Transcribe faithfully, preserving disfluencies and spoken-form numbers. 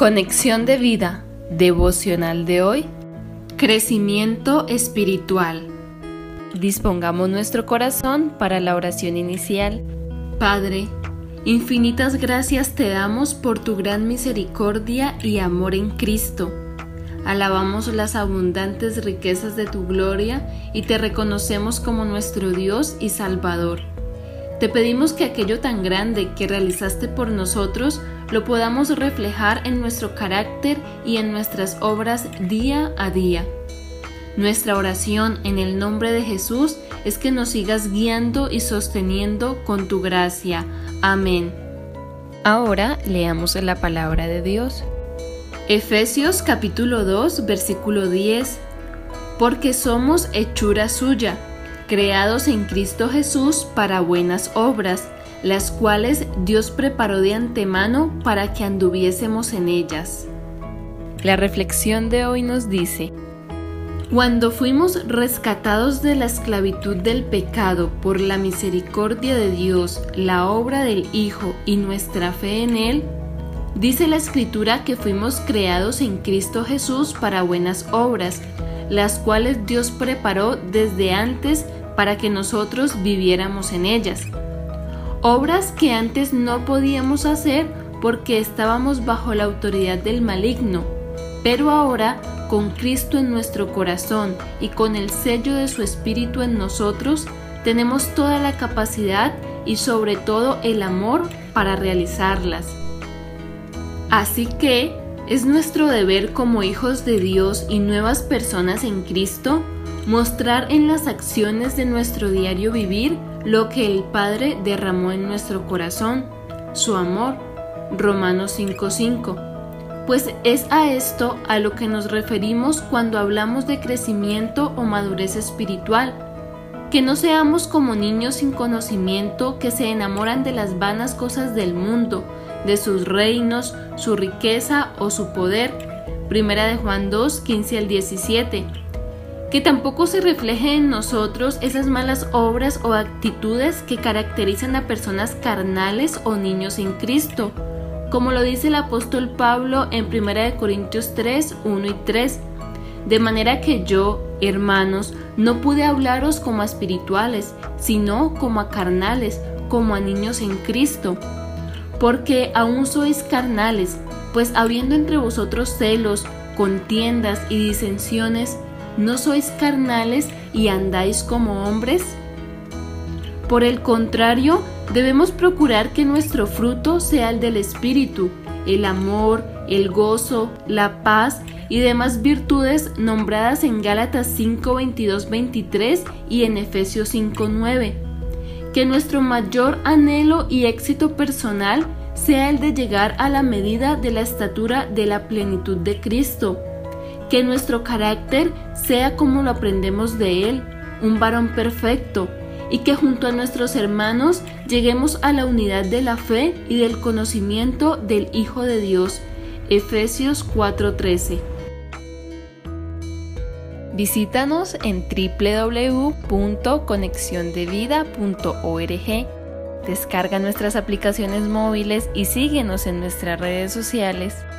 Conexión de vida, devocional de hoy, crecimiento espiritual. Dispongamos nuestro corazón para la oración inicial. Padre, infinitas gracias te damos por tu gran misericordia y amor en Cristo. Alabamos las abundantes riquezas de tu gloria y te reconocemos como nuestro Dios y Salvador. Te pedimos que aquello tan grande que realizaste por nosotros lo podamos reflejar en nuestro carácter y en nuestras obras día a día. Nuestra oración en el nombre de Jesús es que nos sigas guiando y sosteniendo con tu gracia. Amén. Ahora leamos la palabra de Dios. Efesios capítulo dos, versículo diez. Porque somos hechura suya, creados en Cristo Jesús para buenas obras, las cuales Dios preparó de antemano para que anduviésemos en ellas. La reflexión de hoy nos dice: cuando fuimos rescatados de la esclavitud del pecado por la misericordia de Dios, la obra del Hijo y nuestra fe en Él, dice la Escritura que fuimos creados en Cristo Jesús para buenas obras, las cuales Dios preparó desde antes para que nosotros viviéramos en ellas. Obras que antes no podíamos hacer porque estábamos bajo la autoridad del maligno, pero ahora, con Cristo en nuestro corazón y con el sello de su Espíritu en nosotros, tenemos toda la capacidad y sobre todo el amor para realizarlas. Así que, es nuestro deber como hijos de Dios y nuevas personas en Cristo, mostrar en las acciones de nuestro diario vivir lo que el Padre derramó en nuestro corazón, su amor. Romanos cinco cinco. Pues es a esto a lo que nos referimos cuando hablamos de crecimiento o madurez espiritual. Que no seamos como niños sin conocimiento que se enamoran de las vanas cosas del mundo, de sus reinos, su riqueza o su poder. Primera de Juan dos, quince al diecisiete. Que tampoco se refleje en nosotros esas malas obras o actitudes que caracterizan a personas carnales o niños en Cristo, como lo dice el apóstol Pablo en Primera de Corintios tres, uno y tres. De manera que yo, hermanos, no pude hablaros como a espirituales, sino como a carnales, como a niños en Cristo. Porque aún sois carnales, pues habiendo entre vosotros celos, contiendas y disensiones, ¿no sois carnales y andáis como hombres? Por el contrario, debemos procurar que nuestro fruto sea el del Espíritu, el amor, el gozo, la paz y demás virtudes nombradas en Gálatas cinco, veintidós, veintitrés y en Efesios cinco, nueve. Que nuestro mayor anhelo y éxito personal sea el de llegar a la medida de la estatura de la plenitud de Cristo. Que nuestro carácter sea como lo aprendemos de Él, un varón perfecto, y que junto a nuestros hermanos lleguemos a la unidad de la fe y del conocimiento del Hijo de Dios. Efesios cuatro, trece. Visítanos en doble u doble u doble u punto conexión de vida punto org. Descarga nuestras aplicaciones móviles y síguenos en nuestras redes sociales.